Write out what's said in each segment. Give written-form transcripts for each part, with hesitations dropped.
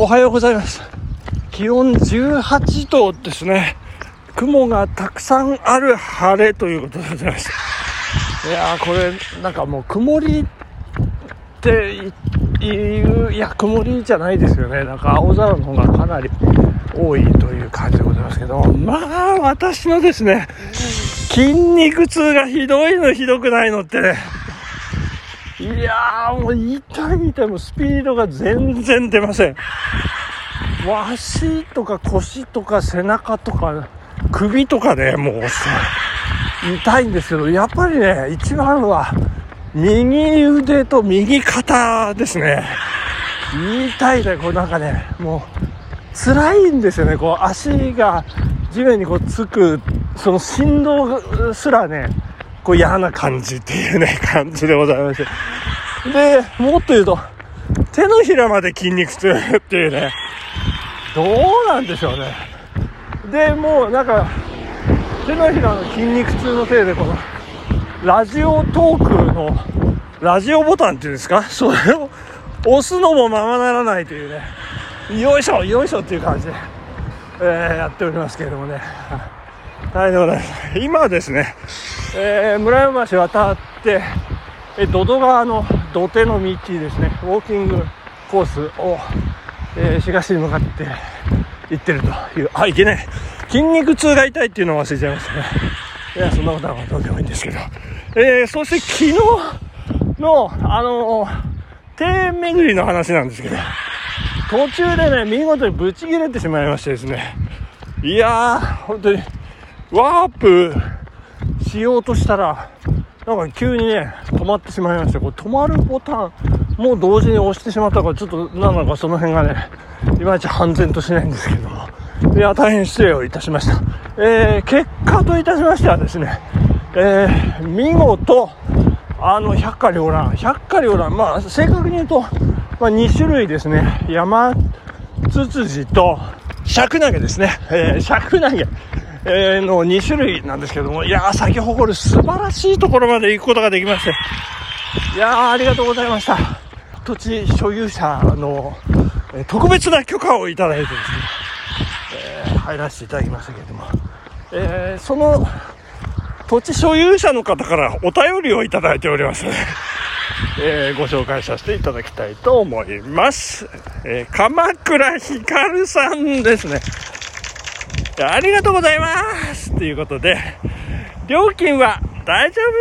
おはようございます。気温18度ですね。雲がたくさんある晴れということでございます。いやー、これなんかもう曇りっていういや曇りじゃないですよね。なんか青空の方がかなり多いという感じでございますけど、まあ私のですね、筋肉痛がひどいのひどくないのってね、いやーもう痛いもうスピードが全然出ません。もう足とか腰とか背中とか首とかね、もう痛いんですけど、やっぱりね一番は右腕と右肩ですね。痛いね。これなんかね、もう辛いんですよね。こう足が地面にこうつくその振動すらね、こう嫌な感じっていうね感じでございまして、でもっと言うと手のひらまで筋肉痛っていうね、どうなんでしょうね。でもうなんか手のひらの筋肉痛のせいで、このラジオトークのラジオボタンっていうんですか、それを押すのもままならないというね、よいしょよいしょっていう感じで、やっておりますけれどもね、大変でございます。今はですね、村山橋渡って土戸川の土手の道ですね、ウォーキングコースを、東に向かって行ってるという、いけない、筋肉痛が痛いっていうのを忘れちゃいましたね。いや、そんなことはどうでもいいんですけど、そして昨日の庭園巡りの話なんですけど、途中でね見事にブチ切れてしまいましてですね、いやー本当にワープしようとしたらなんか急にね止まってしまいまして、こう止まるボタンも同時に押してしまったから、ちょっとなんだかその辺がねいまいち判然としないんですけども、いや大変失礼をいたしました。結果といたしましてはですね、見事百花繚乱、まあ正確に言うと、2種類ですね。山ツツジと尺投げですね。尺投げ、の2種類なんですけども、いやー咲き誇る素晴らしいところまで行くことができまして、いやーありがとうございました。土地所有者の、特別な許可をいただいてですね、入らせていただきましたけれども、その土地所有者の方からお便りをいただいておりますので、ご紹介させていただきたいと思います。鎌倉ひかるさんですね。ありがとうございますということで、料金は大丈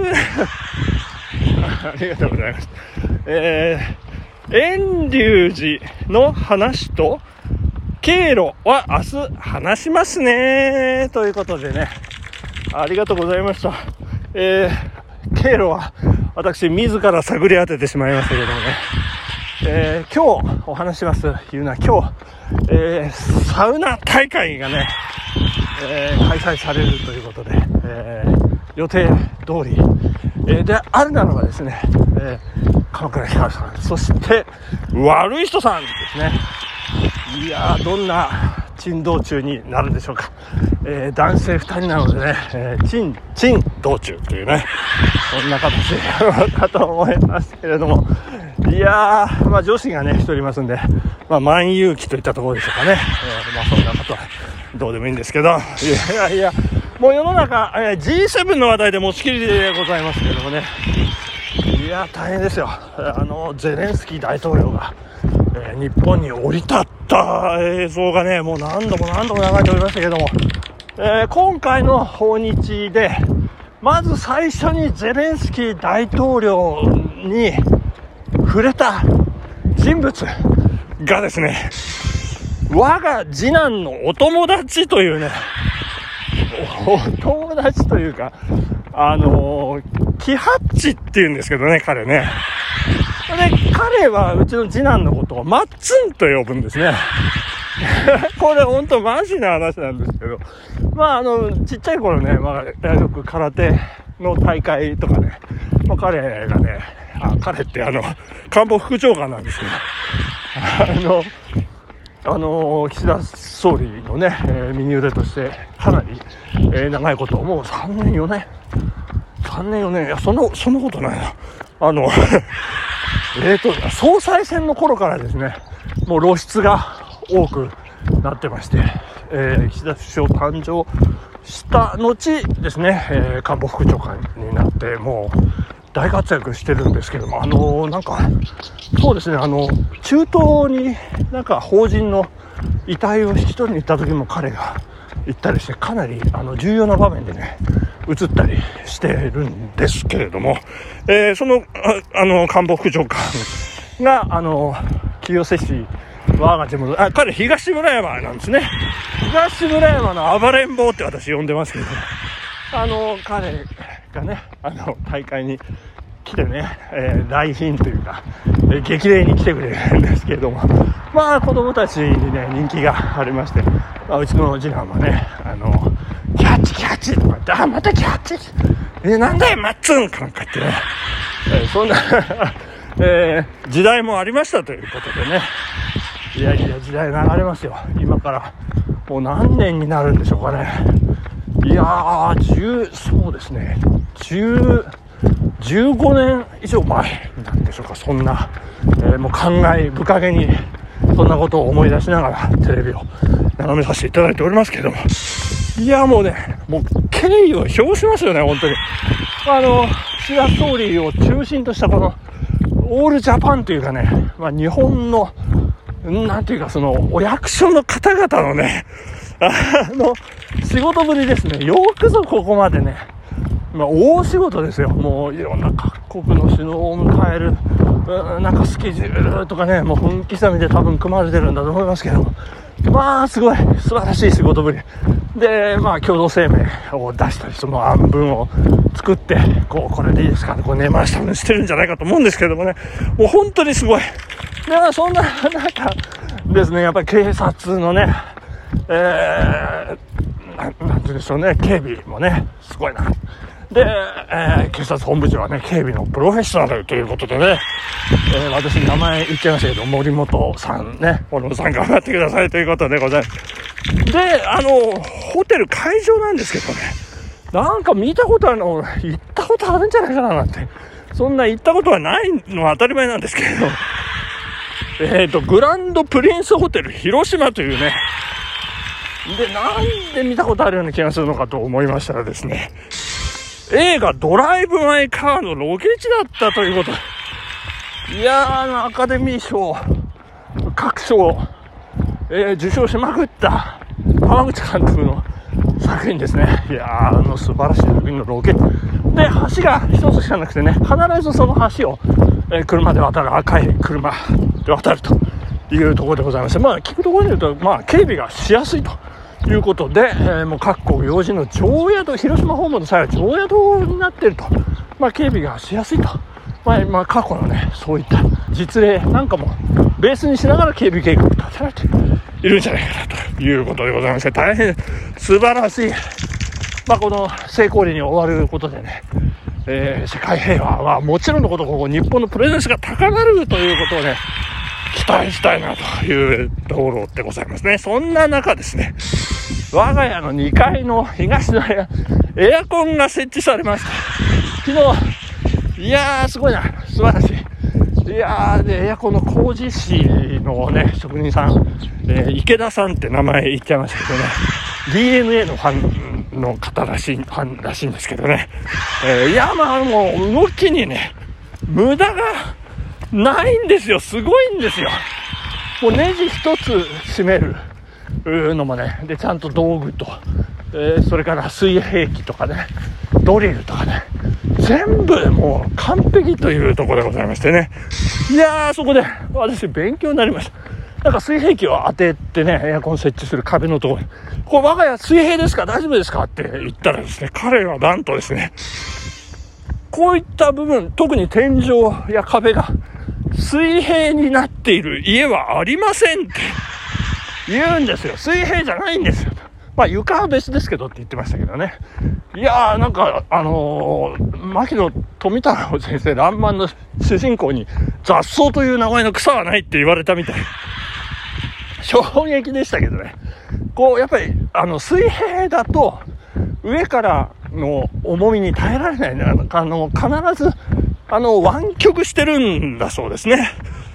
夫ありがとうございます。遠隆寺の話と経路は明日話しますねということでね、ありがとうございました。経路は私自ら探り当ててしまいましたけどもね、今日お話しますというのは、今日、サウナ大会がね、開催されるということで、予定通り、であるならばですね、鎌倉ひかるさん、そして悪い人さんですね。いやーどんな珍道中になるでしょうか。男性2人なのでね、珍道中というね、そんな形でやろうかと思いますけれども、いやー、女子がね1人いますんで、万有期といったところでしょうかね。そんなことはどうでもいいんですけど、いやもう世の中、G7 の話題で持ちきりでございますけれどもね、いや大変ですよ。ゼレンスキー大統領が、日本に降り立った映像がねもう何度も流れておりましたけれども、今回の訪日でまず最初にゼレンスキー大統領に触れた人物がですね、我が次男のお友達というね、お友達というか、キハッチっていうんですけどね、彼ね。で、彼はうちの次男のことをマッツンと呼ぶんですね。これ本当マジな話なんですけど、ちっちゃい頃ね、よく空手の大会とかね、彼がね、彼って官房副長官なんですけど、岸田総理のね、右腕としてかなり、長いこと、もう3年4年、いやそんなことないな。総裁選の頃からですね、 もう露出が多くなってまして、岸田首相誕生した後ですね、官房副長官になってもう大活躍してるんですけども、なんかそうですね、中東になんか邦人の遺体を引き取りに行った時も彼が行ったりして、かなり重要な場面でね映ったりしてるんですけれども、その官房副長官が清瀬市我が地元、彼東村山なんですね。東村山の暴れん坊って私呼んでますけど、彼がね大会に来てね、来賓というか、激励に来てくれるんですけれども、まあ子供たちにね人気がありまして、うちの次男はねキャッチキャッチとか言って、またキャッチ、なんだよマッツンとか言ってね、そんな時代もありましたということでね、いや時代流れますよ。今からもう何年になるんでしょうかね。いやーそうですね、15年以上前なんでしょうか。そんな、もう感慨深げにそんなことを思い出しながらテレビを眺めさせていただいておりますけども、いやもう敬意を表しますよね本当に。岸田総理を中心としたこのオールジャパンというかね、日本のなんていうかそのお役所の方々のね仕事ぶりですね。よくぞここまでね、大仕事ですよ。もういろんな各国の首脳を迎えるなんかスケジュールとかね、もう分刻みで多分組まれてるんだと思いますけども、すごい素晴らしい仕事ぶりで、共同声明を出したり、その案文を作ってこれでいいですかね、これ根回し多分してるんじゃないかと思うんですけどもね、もう本当にすごい。でそんな中ですね、やっぱり警察のね、なんて言うんでしょうね、警備もねすごいな。で、警察本部長はね警備のプロフェッショナルということでね、私名前言っちゃいましたけど、森本さんね、森本さん頑張ってくださいということでございます。でホテル会場なんですけどね、なんか見たことあるの、行ったことあるんじゃないかななんて、そんな行ったことはないのは当たり前なんですけど、グランドプリンスホテル広島というね、でなんで見たことあるような気がするのかと思いましたらですね、映画ドライブマイカーのロケ地だったということ。いやーアカデミー賞各賞、受賞しまくった川口監督の作品ですね。いやー素晴らしい作品のロケで、橋が一つしかなくてね、必ずその橋を、車で渡る、赤い車で渡るというところでございまして、聞くところで言うと、警備がしやすいということで、もう各国要人の常宿、広島訪問の際は常宿になっていると、警備がしやすいと、過去のねそういった実例なんかもベースにしながら警備計画が立てられているんじゃないかなということでございまして、大変素晴らしい、この成功裏に終わることでね、世界平和はもちろんのこと、ここ日本のプレゼンスが高まるということをね期待したいなというところでございますね。そんな中ですね、我が家の2階の東の部屋、エアコンが設置されました。昨日、いやーすごいな、素晴らしい。いやーでエアコンの工事士のね職人さん、池田さんって名前言っちゃいましたけどね、 DNA のファンの方らしいんですけどね、もう動きにね無駄がないんですよ。すごいんですよ。もうネジ一つ締めるのもね、でちゃんと道具と、それから水平器とかね、ドリルとかね、全部もう完璧というところでございましてね、いやーそこで私勉強になりました。なんか水平器を当ててね、エアコン設置する壁のところに、これ我が家水平ですか、大丈夫ですかって言ったらですね、彼はなんとですね、こういった部分、特に天井や壁が水平になっている家はありませんって言うんですよ。水平じゃないんですよ。床は別ですけどって言ってましたけどね。いやーなんか牧野富太郎先生、らんまんの主人公に雑草という名前の草はないって言われたみたい。衝撃でしたけどね。やっぱり水平だと上からの重みに耐えられないね。必ず湾曲してるんだそうですね。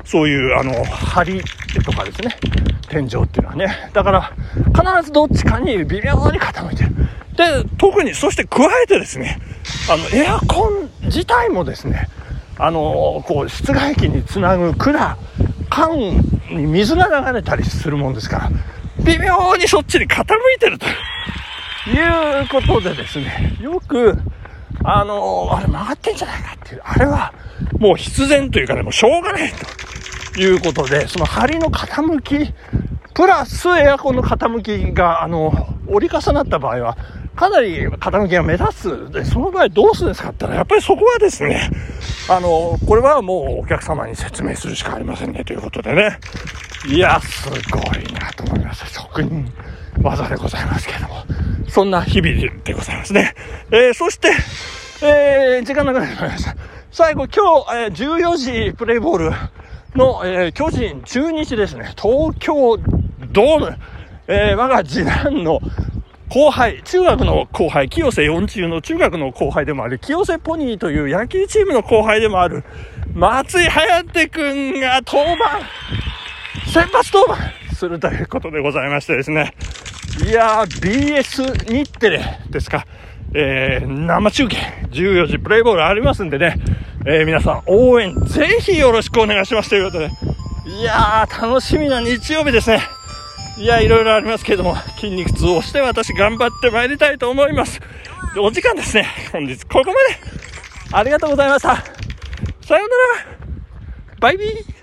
そういう梁とかですね、天井っていうのはね。だから必ずどっちかに微妙に傾いてる。で、特にそして加えてですね、エアコン自体もですね、こう室外機につなぐ管に水が流れたりするもんですから、微妙にそっちに傾いてるということでですね、よくあれ曲がってんじゃないかっていう、あれはもう必然というかね、もうしょうがないということで、その梁の傾きプラスエアコンの傾きが折り重なった場合はかなり傾きが目立つ。で、その場合どうするんですかって言ったら、やっぱりそこはですね、これはもうお客様に説明するしかありませんねということでね。いや、すごいなと思います。職人技でございますけれども、そんな日々でございますね。そして、時間なくなりました。最後、今日、14時プレイボールの、巨人中日ですね。東京ドーム、我が次男の後輩、中学の後輩、清瀬4中の中学の後輩でもある、清瀬ポニーという野球チームの後輩でもある、松井颯くんが先発登板するということでございましてですね。いやー、BS 日テレですか。生中継、14時プレイボールありますんでね。皆さん応援ぜひよろしくお願いしますということで。いやー、楽しみな日曜日ですね。いや、いろいろありますけれども、筋肉痛をして私頑張ってまいりたいと思います。お時間ですね。本日ここまで。ありがとうございました。さようなら。バイビー。